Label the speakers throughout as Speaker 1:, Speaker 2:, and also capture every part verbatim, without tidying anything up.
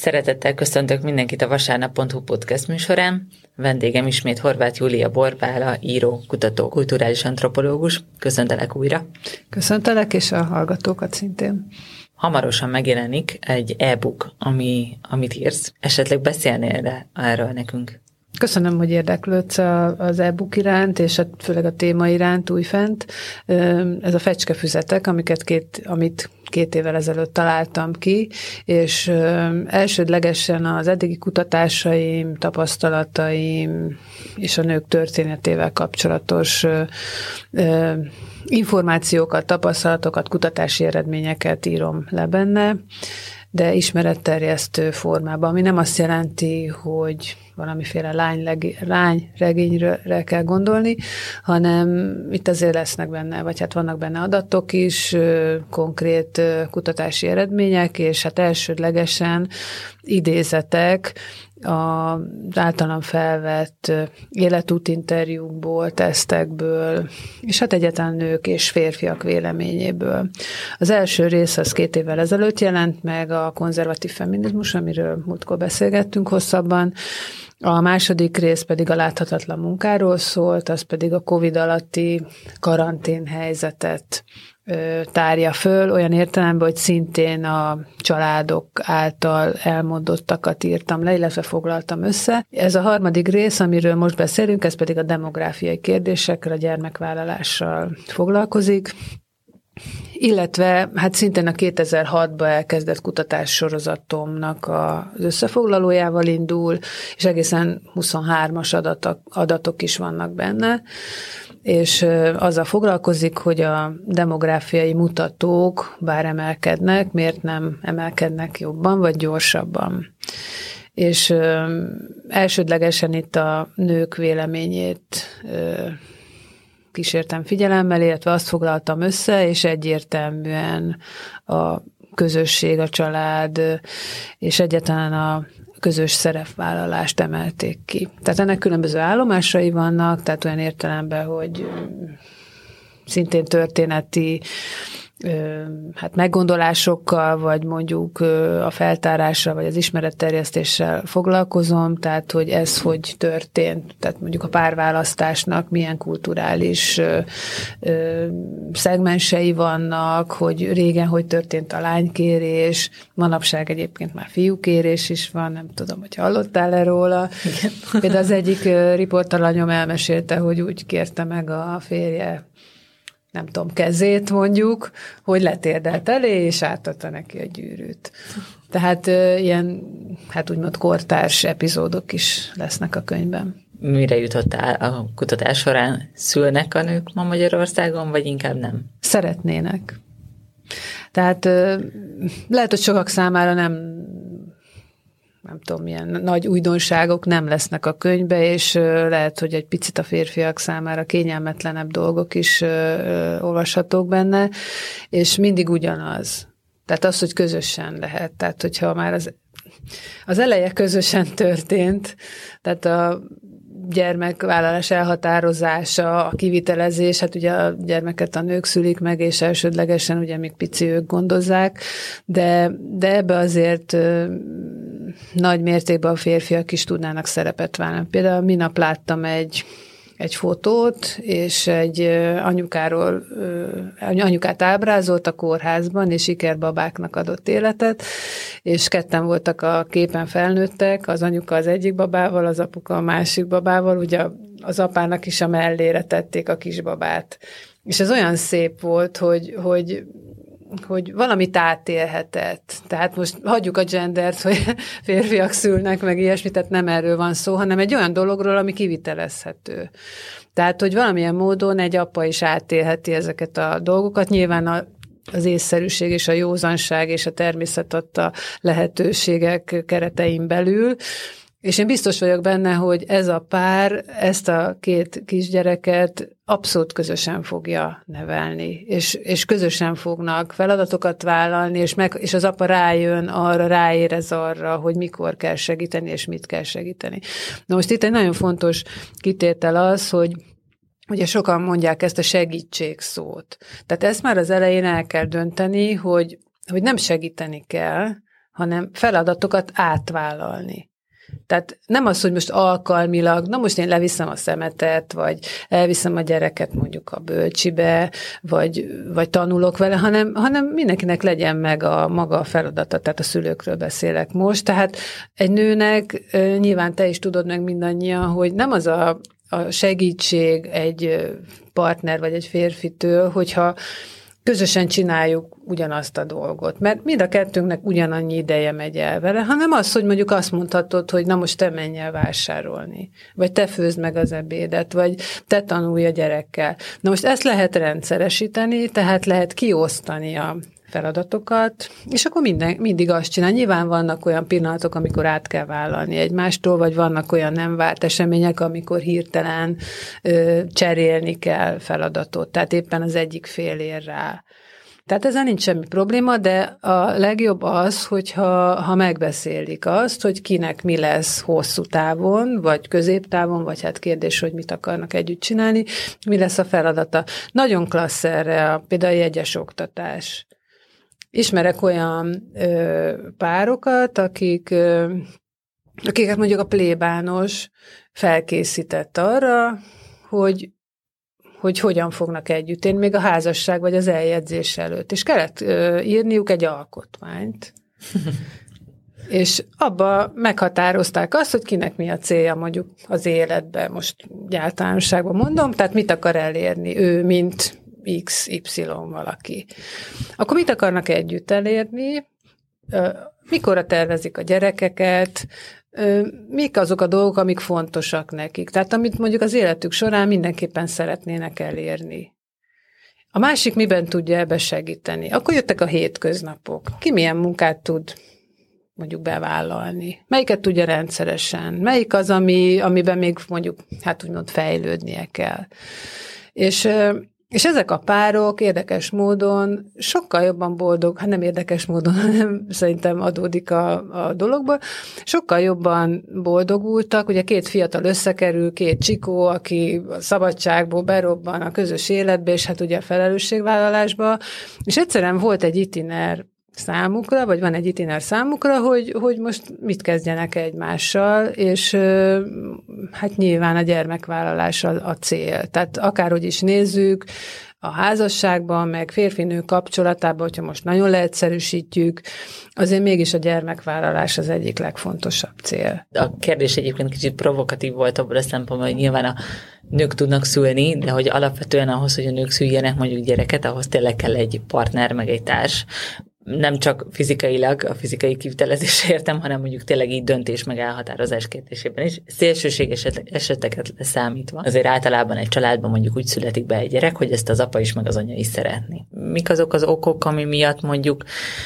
Speaker 1: Szeretettel köszöntök mindenkit a vasárnap pont hu podcast műsorán. Vendégem ismét Horváth Júlia Borbála, író, kutató, kulturális antropológus. Köszöntelek újra.
Speaker 2: Köszöntelek, és a hallgatókat szintén.
Speaker 1: Hamarosan megjelenik egy e-book, ami, amit írsz. Esetleg beszélnél erről nekünk?
Speaker 2: Köszönöm, hogy érdeklődsz az e-book iránt, és főleg a téma iránt újfent. Ez a fecskefüzetek, amiket két, amit két évvel ezelőtt találtam ki, és elsődlegesen az eddigi kutatásaim, tapasztalataim és a nők történetével kapcsolatos információkat, tapasztalatokat, kutatási eredményeket írom le benne, de ismeretterjesztő formában, ami nem azt jelenti, hogy valamiféle lány, lány regényre kell gondolni, hanem itt azért lesznek benne, vagy hát vannak benne adatok is, konkrét kutatási eredmények, és hát elsődlegesen idézetek az általam felvett életútinterjúkból, tesztekből, és hát egyáltalán nők és férfiak véleményéből. Az első rész az két évvel ezelőtt jelent meg, a konzervatív feminizmus, amiről múltkor beszélgettünk hosszabban. A második rész pedig a láthatatlan munkáról szólt, az pedig a Covid alatti karantén helyzetet tárja föl, olyan értelemben, hogy szintén a családok által elmondottakat írtam le, illetve foglaltam össze. Ez a harmadik rész, amiről most beszélünk, ez pedig a demográfiai kérdésekkel, a gyermekvállalással foglalkozik, illetve hát szintén a kétezer-hatban elkezdett kutatássorozatomnak az összefoglalójával indul, és egészen huszonhármas adatok, adatok is vannak benne, és azzal foglalkozik, hogy a demográfiai mutatók bár emelkednek, miért nem emelkednek jobban vagy gyorsabban. És ö, elsődlegesen itt a nők véleményét ö, kísértem figyelemmel, illetve azt foglaltam össze, és egyértelműen a közösség, a család, és egyáltalán a közös szerepvállalást emelték ki. Tehát ennek különböző állomásai vannak, tehát olyan értelemben, hogy szintén történeti hát meggondolásokkal, vagy mondjuk a feltárással, vagy az ismeretterjesztéssel foglalkozom, tehát hogy ez hogy történt, tehát mondjuk a párválasztásnak milyen kulturális szegmensei vannak, hogy régen hogy történt a lánykérés, manapság egyébként már fiúkérés is van, nem tudom, hogy hallottál-e róla. Igen. Például az egyik riportalanyom elmesélte, hogy úgy kérte meg a férje, nem tudom, kezét mondjuk, hogy letérdelt elé, és átadta neki a gyűrűt. Tehát ö, ilyen, hát úgymond kortárs epizódok is lesznek a könyvben.
Speaker 1: Mire jutottál a kutatás során? Szülnek a nők ma Magyarországon, vagy inkább nem?
Speaker 2: Szeretnének. Tehát ö, lehet, hogy sokak számára nem nem tudom, milyen nagy újdonságok nem lesznek a könyvbe, és lehet, hogy egy picit a férfiak számára kényelmetlenebb dolgok is olvashatók benne, és mindig ugyanaz. Tehát az, hogy közösen lehet. Tehát, hogyha már az, az eleje közösen történt, tehát a gyermekvállalás elhatározása, a kivitelezés, hát ugye a gyermeket a nők szülik meg, és elsődlegesen ugye még pici ők gondozzák, de, de ebbe azért ö, nagy mértékben a férfiak is tudnának szerepet vállalni. Például minap láttam egy egy fotót, és egy anyukáról, anyukát ábrázolt a kórházban, és ikerbabáknak adott életet, és ketten voltak a képen felnőttek, az anyuka az egyik babával, az apuka a másik babával, ugye az apának is a mellére tették a kisbabát. És ez olyan szép volt, hogy, hogy hogy valamit átélhetett. Tehát most hagyjuk a gendert, hogy férfiak szülnek, meg ilyesmit, tehát nem erről van szó, hanem egy olyan dologról, ami kivitelezhető. Tehát, hogy valamilyen módon egy apa is átélheti ezeket a dolgokat. Nyilván a, az észszerűség és a józanság és a természet adta lehetőségek keretein belül, és én biztos vagyok benne, hogy ez a pár ezt a két kisgyereket abszolút közösen fogja nevelni, és, és közösen fognak feladatokat vállalni, és, meg, és az apa rájön arra, ráérez arra, hogy mikor kell segíteni, és mit kell segíteni. Na most itt egy nagyon fontos kitétel az, hogy ugye sokan mondják ezt a segítség szót. Tehát ezt már az elején el kell dönteni, hogy, hogy nem segíteni kell, hanem feladatokat átvállalni. Tehát nem az, hogy most alkalmilag, na most én leviszem a szemetet, vagy elviszem a gyereket mondjuk a bölcsibe, vagy, vagy tanulok vele, hanem, hanem mindenkinek legyen meg a maga a feladata, tehát a szülőkről beszélek most. Tehát egy nőnek, nyilván te is tudod meg mindannyian, hogy nem az a, a segítség egy partner vagy egy férfitől, hogyha közösen csináljuk ugyanazt a dolgot, mert mind a kettőnknek ugyanannyi ideje megy el vele, hanem az, hogy mondjuk azt mondhatod, hogy na most te menj el vásárolni, vagy te főzd meg az ebédet, vagy te tanulj a gyerekkel. Na most ezt lehet rendszeresíteni, tehát lehet kiosztani a feladatokat, és akkor minden, mindig azt csinál. Nyilván vannak olyan pillanatok, amikor át kell vállalni egymástól, vagy vannak olyan nem várt események, amikor hirtelen ö, cserélni kell feladatot, tehát éppen az egyik fél ér rá. Tehát ezzel nincs semmi probléma, de a legjobb az, hogyha ha megbeszélik azt, hogy kinek mi lesz hosszú távon, vagy középtávon, vagy hát kérdés, hogy mit akarnak együtt csinálni, mi lesz a feladata. Nagyon klassz erre a, például a jegyes oktatás. Ismerek olyan ö, párokat, akik, ö, akiket mondjuk a plébános felkészített arra, hogy, hogy hogyan fognak együtt élni, még a házasság vagy az eljegyzés előtt. És kellett ö, írniuk egy alkotmányt. És abba meghatározták azt, hogy kinek mi a célja mondjuk az életben, most általánosságban mondom, tehát mit akar elérni ő, mint iksz ipszilon valaki. Akkor mit akarnak együtt elérni? Mikorra tervezik a gyerekeket? Mik azok a dolgok, amik fontosak nekik? Tehát amit mondjuk az életük során mindenképpen szeretnének elérni. A másik miben tudja ebbe segíteni? Akkor jöttek a hétköznapok. Ki milyen munkát tud mondjuk bevállalni? Melyiket tudja rendszeresen? Melyik az, ami, amiben még mondjuk, hát úgymond fejlődnie kell? És És ezek a párok érdekes módon sokkal jobban boldog, hát nem érdekes módon, hanem szerintem adódik a, a dologból, sokkal jobban boldogultak, ugye két fiatal összekerül, két csikó, aki a szabadságból berobban a közös életbe, és hát ugye a felelősségvállalásba, és egyszerűen volt egy itiner számukra, vagy van egy itiner számukra, hogy, hogy most mit kezdjenek egymással, és hát nyilván a gyermekvállalás a, a cél. Tehát akárhogy is nézzük, a házasságban, meg férfi-nő kapcsolatában, hogyha most nagyon leegyszerűsítjük, azért mégis a gyermekvállalás az egyik legfontosabb cél.
Speaker 1: A kérdés egyébként kicsit provokatív volt abból a szempontból, hogy nyilván a nők tudnak szülni, de hogy alapvetően ahhoz, hogy a nők szüljenek mondjuk gyereket, ahhoz tényleg kell egy partner, meg egy társ. Nem csak fizikailag, a fizikai kivitelezésre értem, hanem mondjuk tényleg így döntés meg elhatározás kérdésében is. Szélsőséges eseteket leszámítva. Azért általában egy családban mondjuk úgy születik be egy gyerek, hogy ezt az apa is meg az anya is szeretné. Mik azok az okok, ami miatt mondjuk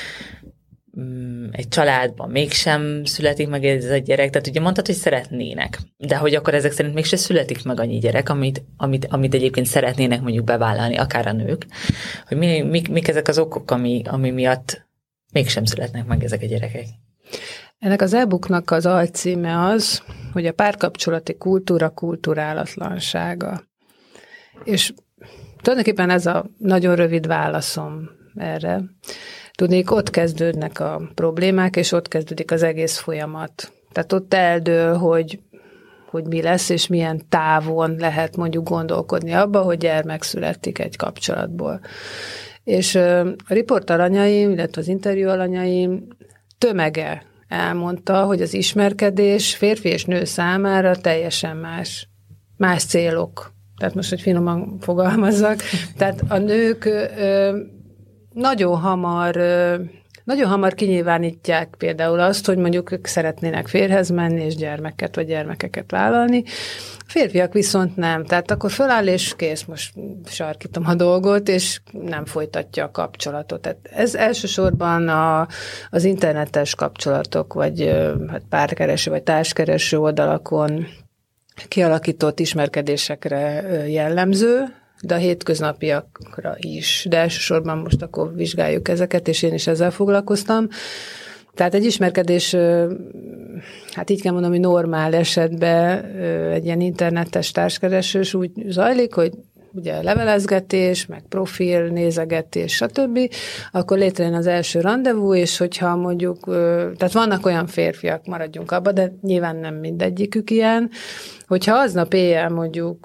Speaker 1: egy családban mégsem születik meg ez a gyerek, tehát ugye mondtad, hogy szeretnének, de hogy akkor ezek szerint mégsem születik meg annyi gyerek, amit, amit, amit egyébként szeretnének mondjuk bevállalni, akár a nők, hogy mi, mik, mik ezek az okok, ami, ami miatt mégsem születnek meg ezek a gyerekek.
Speaker 2: Ennek az e-booknak az alcíme az, hogy a párkapcsolati kultúra kulturálatlansága. És tulajdonképpen ez a nagyon rövid válaszom erre. Tudnék, ott kezdődnek a problémák, és ott kezdődik az egész folyamat. Tehát ott eldől, hogy, hogy mi lesz, és milyen távon lehet mondjuk gondolkodni abba, hogy gyermek születik egy kapcsolatból. És a riport alanyaim, illetve az interjú alanyaim tömege elmondta, hogy az ismerkedés férfi és nő számára teljesen más. Más célok. Tehát most, hogy finoman fogalmazzak. Tehát a nők nagyon hamar, nagyon hamar kinyilvánítják például azt, hogy mondjuk ők szeretnének férjhez menni, és gyermeket vagy gyermekeket vállalni. A férfiak viszont nem. Tehát akkor föláll, és kész, most sarkítom a dolgot, és nem folytatja a kapcsolatot. Tehát ez elsősorban a, az internetes kapcsolatok, vagy hát párkereső, vagy társkereső oldalakon kialakított ismerkedésekre jellemző, de a hétköznapiakra is. De elsősorban most akkor vizsgáljuk ezeket, és én is ezzel foglalkoztam. Tehát egy ismerkedés, hát így kell mondani, hogy normál esetben egy ilyen internetes társkeresős úgy zajlik, hogy ugye levelezgetés, meg profil, nézegetés, stb., akkor létrejön az első randevú, és hogyha mondjuk, tehát vannak olyan férfiak, maradjunk abba, de nyilván nem mindegyikük ilyen, hogyha aznap éjjel mondjuk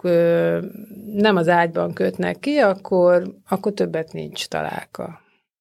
Speaker 2: nem az ágyban kötnek ki, akkor, akkor többet nincs találka.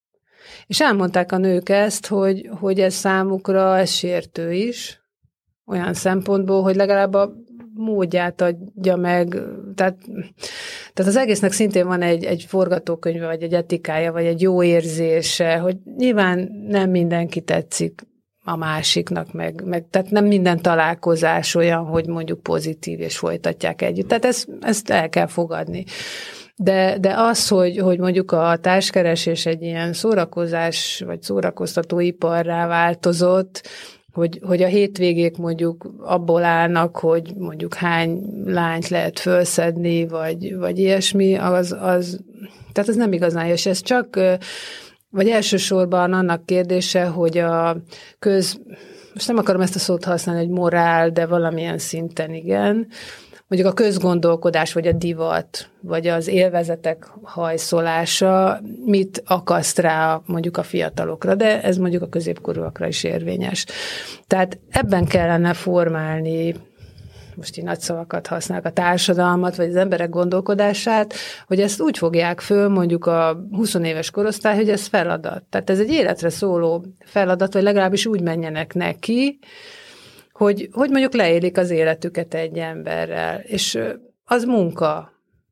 Speaker 2: És elmondták a nők ezt, hogy, hogy ez számukra ez sértő is, olyan szempontból, hogy legalább a módját adja meg, tehát, tehát az egésznek szintén van egy, egy forgatókönyve, vagy egy etikája, vagy egy jó érzése, hogy nyilván nem mindenki tetszik a másiknak, meg, meg tehát nem minden találkozás olyan, hogy mondjuk pozitív, és folytatják együtt. Tehát ezt, ezt el kell fogadni. De, de az, hogy, hogy mondjuk a társkeresés egy ilyen szórakozás, vagy szórakoztatóiparrá változott, hogy, hogy a hétvégék mondjuk abból állnak, hogy mondjuk hány lányt lehet felszedni, vagy, vagy ilyesmi, az, az, tehát ez nem igazán, és ez csak, vagy elsősorban annak kérdése, hogy a köz, most nem akarom ezt a szót használni, hogy morál, de valamilyen szinten igen, mondjuk a közgondolkodás, vagy a divat, vagy az élvezetek hajszolása mit akaszt rá mondjuk a fiatalokra, de ez mondjuk a középkorúakra is érvényes. Tehát ebben kellene formálni, most így nagy szavakat használok, a társadalmat, vagy az emberek gondolkodását, hogy ezt úgy fogják föl mondjuk a huszonéves korosztály, hogy ez feladat. Tehát ez egy életre szóló feladat, vagy legalábbis úgy menjenek neki, hogy, hogy mondjuk leélik az életüket egy emberrel, és az munka.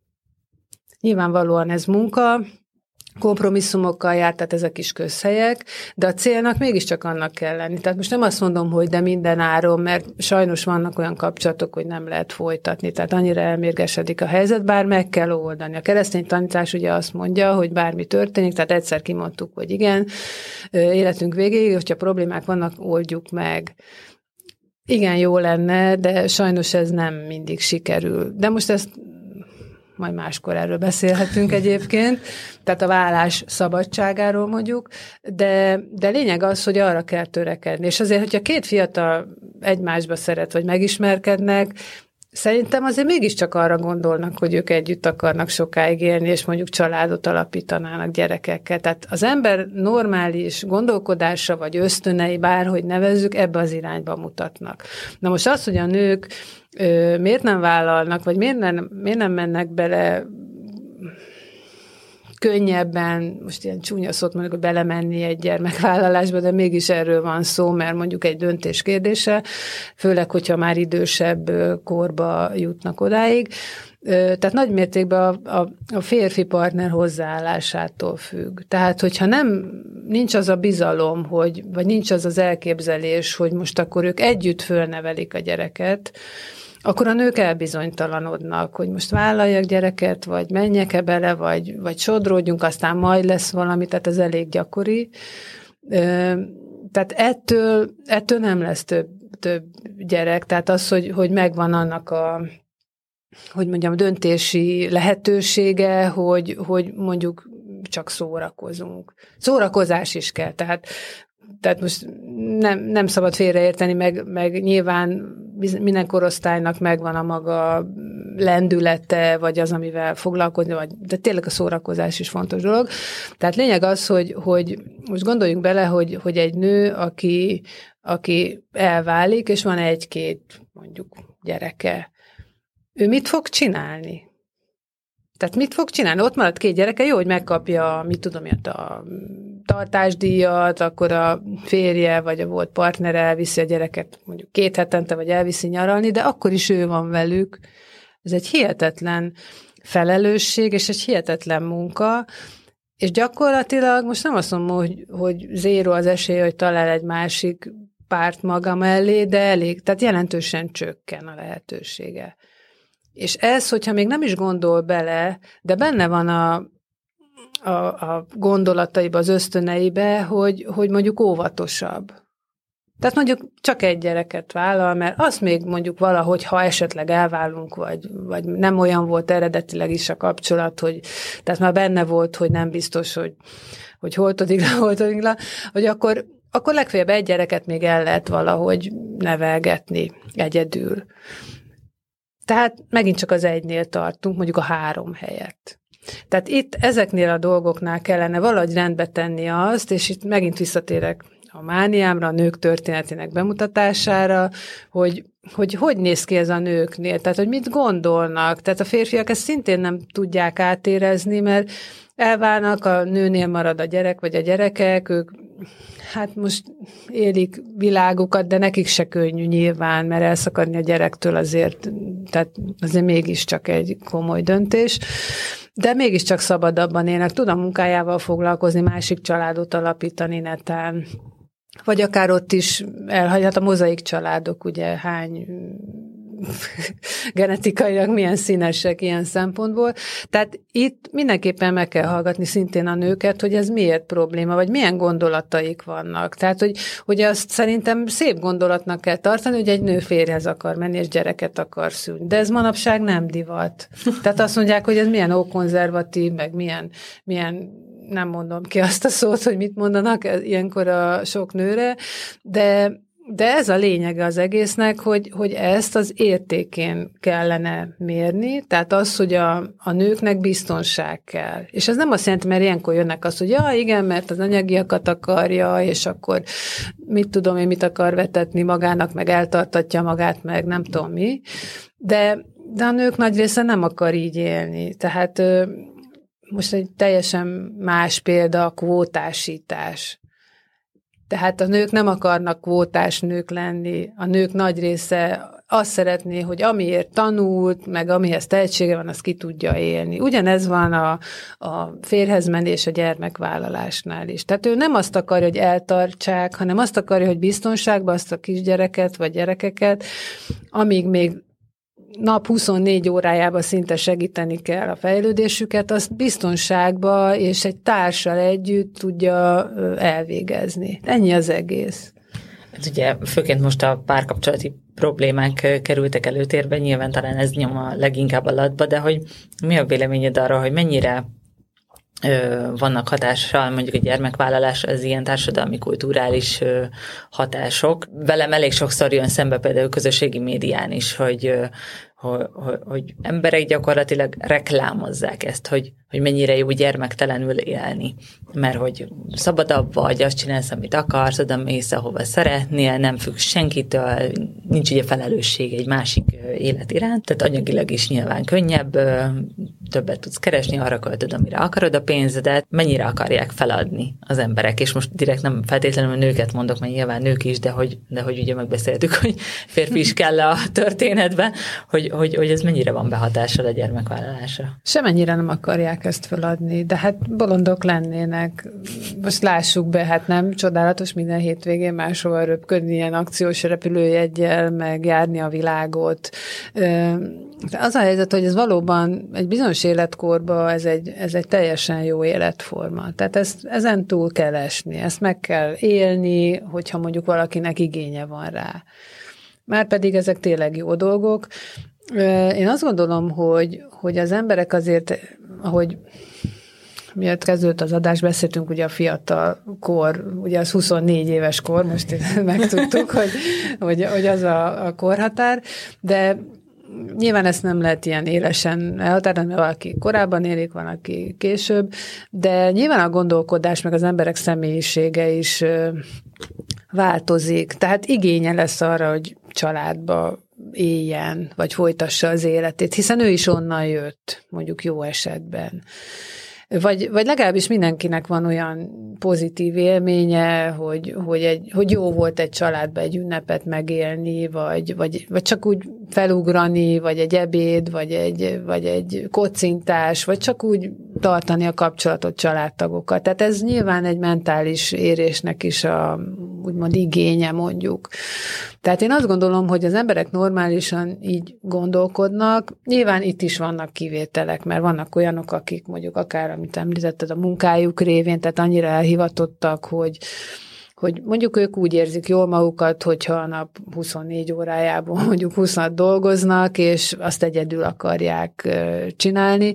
Speaker 2: Nyilvánvalóan ez munka, kompromisszumokkal jár, tehát ezek is közhelyek, de a célnak mégiscsak annak kell lenni. Tehát most nem azt mondom, hogy de minden áron, mert sajnos vannak olyan kapcsolatok, hogy nem lehet folytatni, tehát annyira elmérgesedik a helyzet, bár meg kell oldani. A keresztény tanítás ugye azt mondja, hogy bármi történik, tehát egyszer kimondtuk, hogy igen, életünk végéig, hogyha problémák vannak, oldjuk meg. Igen, jó lenne, de sajnos ez nem mindig sikerül. De most ezt majd máskor erről beszélhetünk egyébként, tehát a vállás szabadságáról mondjuk, de, de lényeg az, hogy arra kell törekedni. És azért, hogyha két fiatal egymásba szeret, vagy megismerkednek, szerintem azért mégiscsak arra gondolnak, hogy ők együtt akarnak sokáig élni, és mondjuk családot alapítanának gyerekekkel. Tehát az ember normális gondolkodása, vagy ösztönei, bárhogy nevezzük, ebbe az irányba mutatnak. Na most az, hogy a nők ö, miért nem vállalnak, vagy miért nem, miért nem mennek bele könnyebben, most ilyen csúnya szót mondjuk, hogy belemenni egy gyermekvállalásba, de mégis erről van szó, mert mondjuk egy döntés kérdése, főleg, hogyha már idősebb korba jutnak odáig. Tehát nagy mértékben a, a, a férfi partner hozzáállásától függ. Tehát, hogyha nem, nincs az a bizalom, hogy, vagy nincs az az elképzelés, hogy most akkor ők együtt fölnevelik a gyereket, akkor a nők elbizonytalanodnak, hogy most vállaljak gyereket, vagy menjek-e bele, vagy, vagy sodródjunk, aztán majd lesz valami, tehát ez elég gyakori. Tehát ettől, ettől nem lesz több, több gyerek, tehát az, hogy, hogy megvan annak a, hogy mondjam, döntési lehetősége, hogy, hogy mondjuk csak szórakozunk. Szórakozás is kell, tehát Tehát most nem, nem szabad félreérteni, meg, meg nyilván minden korosztálynak megvan a maga lendülete, vagy az, amivel foglalkozni, vagy, de tényleg a szórakozás is fontos dolog. Tehát lényeg az, hogy, hogy most gondoljunk bele, hogy, hogy egy nő, aki, aki elválik, és van egy-két mondjuk gyereke, ő mit fog csinálni? Tehát mit fog csinálni? Ott maradt két gyereke, jó, hogy megkapja, mit tudom, a tartásdíjat, akkor a férje vagy a volt partnere elviszi a gyereket mondjuk két hetente, vagy elviszi nyaralni, de akkor is ő van velük. Ez egy hihetetlen felelősség, és egy hihetetlen munka, és gyakorlatilag most nem azt mondom, hogy, hogy zéro az esély, hogy talál egy másik párt maga mellé, de elég, tehát jelentősen csökken a lehetősége. És ez, hogyha még nem is gondol bele, de benne van a, a, a gondolataiba, az ösztöneibe, hogy, hogy mondjuk óvatosabb. Tehát mondjuk csak egy gyereket vállal, mert azt még mondjuk valahogy, ha esetleg elválunk, vagy, vagy nem olyan volt eredetileg is a kapcsolat, hogy tehát már benne volt, hogy nem biztos, hogy, hogy holtodik le, holtodik le, hogy akkor, akkor legfeljebb egy gyereket még el lehet valahogy nevelgetni egyedül. Tehát megint csak az egynél tartunk, mondjuk a három helyett. Tehát itt ezeknél a dolgoknál kellene valahogy rendbe tenni azt, és itt megint visszatérek a mániámra, a nők történetének bemutatására, hogy, hogy hogy néz ki ez a nőknél, tehát hogy mit gondolnak. Tehát a férfiak ezt szintén nem tudják átérezni, mert elválnak, a nőnél marad a gyerek, vagy a gyerekek, ők hát most élik világukat, de nekik se könnyű nyilván, mert elszakadni a gyerektől azért, tehát azért mégiscsak egy komoly döntés. De mégiscsak szabadabban élnek, tud a munkájával foglalkozni, másik családot alapítani netán, vagy akár ott is elhagy, hát a mozaik családok, ugye hány genetikailag milyen színesek ilyen szempontból. Tehát itt mindenképpen meg kell hallgatni szintén a nőket, hogy ez miért probléma, vagy milyen gondolataik vannak. Tehát, hogy, hogy azt szerintem szép gondolatnak kell tartani, hogy egy nő férjhez akar menni, és gyereket akar szülni. De ez manapság nem divat. Tehát azt mondják, hogy ez milyen ókonzervatív, meg milyen, milyen nem mondom ki azt a szót, hogy mit mondanak ilyenkor a sok nőre, de De ez a lényege az egésznek, hogy, hogy ezt az értékén kellene mérni, tehát az, hogy a, a nőknek biztonság kell. És ez nem azt jelenti, mert ilyenkor jönnek az, hogy ja, igen, mert az anyagiakat akarja, és akkor mit tudom én, mit akar vetetni magának, meg eltartatja magát, meg nem tudom mi. De, de a nők nagy része nem akar így élni. Tehát most egy teljesen más példa a kvótásítás. Tehát a nők nem akarnak kvótás nők lenni, a nők nagy része azt szeretné, hogy amiért tanult, meg amihez tehetsége van, azt ki tudja élni. Ugyanez van a, a férjhez menés a gyermekvállalásnál is. Tehát ő nem azt akarja, hogy eltartsák, hanem azt akarja, hogy biztonságban azt a kisgyereket vagy gyerekeket, amíg még nap huszonnégy órájában szinte segíteni kell a fejlődésüket, azt biztonságba és egy társal együtt tudja elvégezni. Ennyi az egész.
Speaker 1: Hát ugye főként most a párkapcsolati problémák kerültek előtérbe, nyilván talán ez nyom a leginkább alatba, de hogy mi a véleményed arra, hogy mennyire ö, vannak hatással mondjuk a gyermekvállalás, az ilyen társadalmi, kulturális ö, hatások. Velem elég sokszor jön szembe például közösségi médián is, hogy ö, Hogy, hogy, hogy emberek gyakorlatilag reklámozzák ezt, hogy, hogy mennyire jó gyermektelenül élni. Mert hogy szabadabb vagy, azt csinálsz, amit akarsz, oda mész, ahova szeretnél, nem függ senkitől, nincs ugye felelősség egy másik élet iránt, tehát anyagilag is nyilván könnyebb, többet tudsz keresni, arra költöd, amire akarod a pénzedet, mennyire akarják feladni az emberek, és most direkt nem feltétlenül nőket mondok, mert nyilván nők is, de hogy, de hogy ugye megbeszéltük, hogy férfi is kell a történetben, hogy Hogy, hogy ez mennyire van behatással a gyermekvállalásra?
Speaker 2: Semennyire nem akarják ezt feladni, de hát bolondok lennének. Most lássuk be, hát nem csodálatos minden hétvégén máshol röpködni ilyen akciós repülőjeggyel, meg járni a világot. Az a helyzet, hogy ez valóban egy bizonyos életkorban ez egy, ez egy teljesen jó életforma. Tehát ezt, ezen túl kell esni, ezt meg kell élni, hogyha mondjuk valakinek igénye van rá. Márpedig ezek tényleg jó dolgok. Én azt gondolom, hogy, hogy az emberek azért, ahogy miatt kezdődött az adás, beszéltünk ugye a fiatal kor, ugye az huszonnégy éves kor, most megtudtuk, hogy, hogy, hogy az a, a korhatár, de nyilván ezt nem lehet ilyen élesen elhatározni, mert valaki korábban élik, van, aki később, de nyilván a gondolkodás, meg az emberek személyisége is változik, tehát igénye lesz arra, hogy családba éljen, vagy folytassa az életét, hiszen ő is onnan jött, mondjuk jó esetben. Vagy, vagy legalábbis mindenkinek van olyan pozitív élménye, hogy, hogy, egy, hogy jó volt egy családba egy ünnepet megélni, vagy, vagy, vagy csak úgy felugrani, vagy egy ebéd, vagy egy, vagy egy kocintás, vagy csak úgy tartani a kapcsolatot családtagokkal. Tehát ez nyilván egy mentális érésnek is a úgymond igénye, mondjuk. Tehát én azt gondolom, hogy az emberek normálisan így gondolkodnak. Nyilván itt is vannak kivételek, mert vannak olyanok, akik mondjuk akár, amit említetted, a munkájuk révén, tehát annyira elhivatottak, hogy hogy mondjuk ők úgy érzik jól magukat, hogyha a nap huszonnégy órájában mondjuk huszonhat dolgoznak, és azt egyedül akarják csinálni.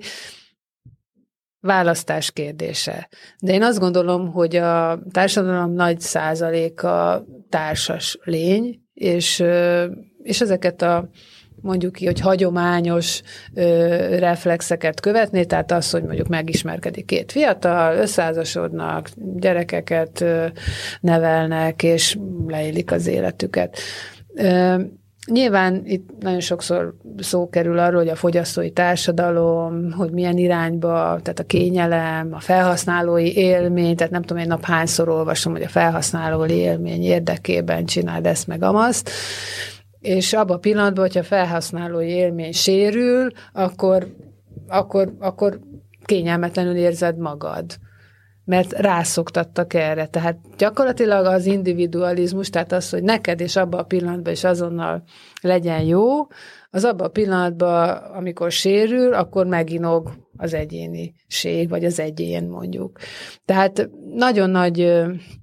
Speaker 2: Választás kérdése. De én azt gondolom, hogy a társadalom nagy százaléka társas lény, és, és ezeket a mondjuk ki, hogy hagyományos ö, reflexeket követni, tehát az, hogy mondjuk megismerkedik két fiatal, összeházasodnak, gyerekeket ö, nevelnek, és leélik az életüket. Ö, Nyilván itt nagyon sokszor szó kerül arról, hogy a fogyasztói társadalom, hogy milyen irányba, tehát a kényelem, a felhasználói élmény, tehát nem tudom, egy nap hányszor olvasom, hogy a felhasználói élmény érdekében csináld ezt meg amazt, és abban a pillanatban, hogyha a felhasználói élmény sérül, akkor, akkor, akkor kényelmetlenül érzed magad, mert rászoktattak erre. Tehát gyakorlatilag az individualizmus, tehát az, hogy neked és abban a pillanatban is azonnal legyen jó, az abban a pillanatban, amikor sérül, akkor meginog az egyéniség, vagy az egyén mondjuk. Tehát nagyon nagy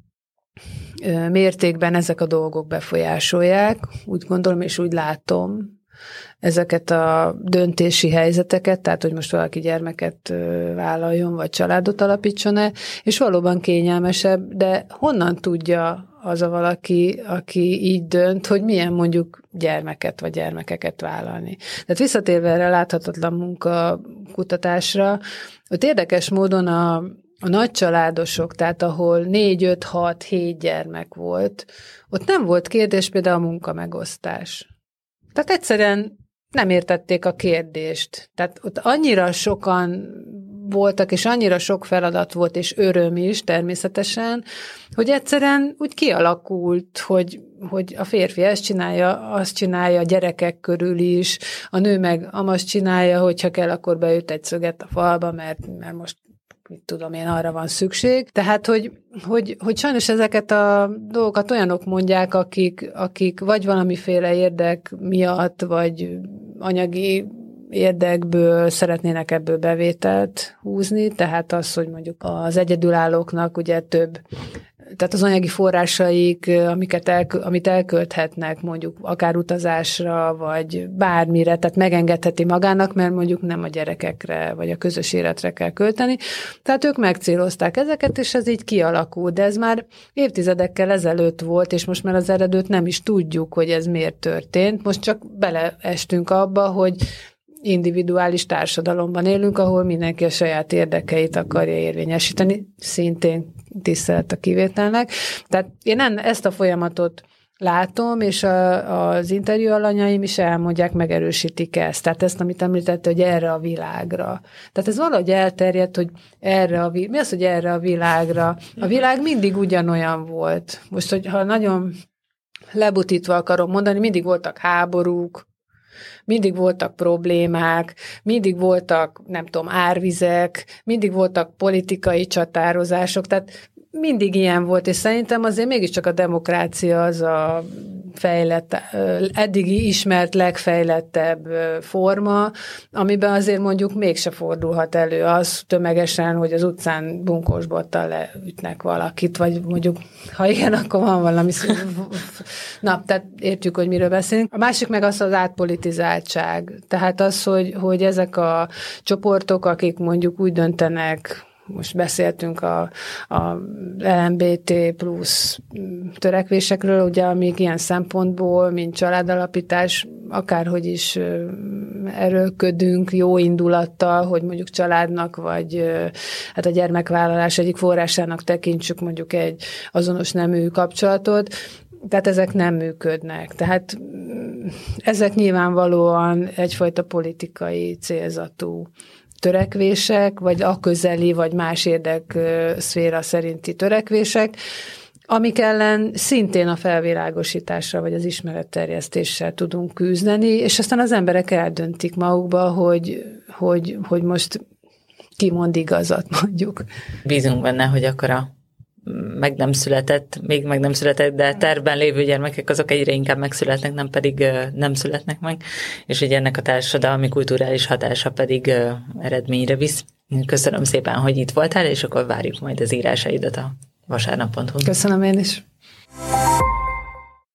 Speaker 2: mértékben ezek a dolgok befolyásolják, úgy gondolom és úgy látom ezeket a döntési helyzeteket, tehát hogy most valaki gyermeket vállaljon, vagy családot alapítson-e, és valóban kényelmesebb, de honnan tudja az a valaki, aki így dönt, hogy milyen mondjuk gyermeket vagy gyermekeket vállalni. Tehát visszatérve erre láthatatlan munkakutatásra, ott érdekes módon a A nagycsaládosok, tehát ahol négy, öt, hat, hét gyermek volt, ott nem volt kérdés például a munkamegosztás. Tehát egyszerűen nem értették a kérdést. Tehát ott annyira sokan voltak, és annyira sok feladat volt, és öröm is természetesen, hogy egyszerűen úgy kialakult, hogy, hogy a férfi ezt csinálja, azt csinálja, a gyerekek körül is, a nő meg amazt csinálja, hogyha kell, akkor beüt egy szöget a falba, mert, mert most mit tudom én, arra van szükség. Tehát, hogy, hogy, hogy sajnos ezeket a dolgokat olyanok mondják, akik, akik vagy valamiféle érdek miatt, vagy anyagi érdekből szeretnének ebből bevételt húzni, tehát az, hogy mondjuk az egyedülállóknak ugye több, tehát az anyagi forrásaik, amiket el, amit elkölthetnek mondjuk akár utazásra, vagy bármire, tehát megengedheti magának, mert mondjuk nem a gyerekekre, vagy a közös életre kell költeni. Tehát ők megcélozták ezeket, és ez így kialakult, de ez már évtizedekkel ezelőtt volt, és most már az eredőt nem is tudjuk, hogy ez miért történt. Most csak beleestünk abba, hogy individuális társadalomban élünk, ahol mindenki a saját érdekeit akarja érvényesíteni, szintén tisztelet a kivételnek. Tehát én ezt a folyamatot látom, és a, az interjú alanyaim is elmondják, megerősítik ezt. Tehát ezt, amit említette, hogy erre a világra. Tehát ez valahogy elterjedt, hogy erre a világra. Mi az, hogy erre a világra? A világ mindig ugyanolyan volt. Most, hogyha nagyon lebutítva akarom mondani, mindig voltak háborúk, mindig voltak problémák, mindig voltak, nem tudom, árvizek, mindig voltak politikai csatározások, tehát mindig ilyen volt, és szerintem azért mégiscsak a demokrácia az a fejlett, eddigi ismert legfejlettebb forma, amiben azért mondjuk mégse fordulhat elő az tömegesen, hogy az utcán bunkós bottal leütnek valakit, vagy mondjuk, ha igen, akkor van valami szó. Na, tehát értjük, hogy miről beszélünk. A másik meg az az átpolitizáltság. Tehát az, hogy, hogy ezek a csoportok, akik mondjuk úgy döntenek, most beszéltünk a, a el em bé té plusz törekvésekről, ugye, amíg ilyen szempontból, mint családalapítás, akárhogy is erőlködünk jó indulattal, hogy mondjuk családnak, vagy hát a gyermekvállalás egyik forrásának tekintsük mondjuk egy azonos nemű kapcsolatot, tehát ezek nem működnek. Tehát ezek nyilvánvalóan egyfajta politikai célzatú törekvések, vagy a közeli, vagy más érdekszféra szerinti törekvések, amik ellen szintén a felvilágosítással, vagy az ismeretterjesztéssel tudunk küzdeni, és aztán az emberek eldöntik magukba, hogy, hogy, hogy most ki mond igazat, mondjuk.
Speaker 1: Bízunk benne, hogy akkor a meg nem született, még meg nem született, de tervben lévő gyermekek azok egyre inkább megszületnek, nem pedig nem születnek meg, és hogy ennek a társadalmi kulturális hatása pedig eredményre visz. Köszönöm szépen, hogy itt voltál, és akkor várjuk majd az írásaidat a vasárnap pont hu.
Speaker 2: Köszönöm én is.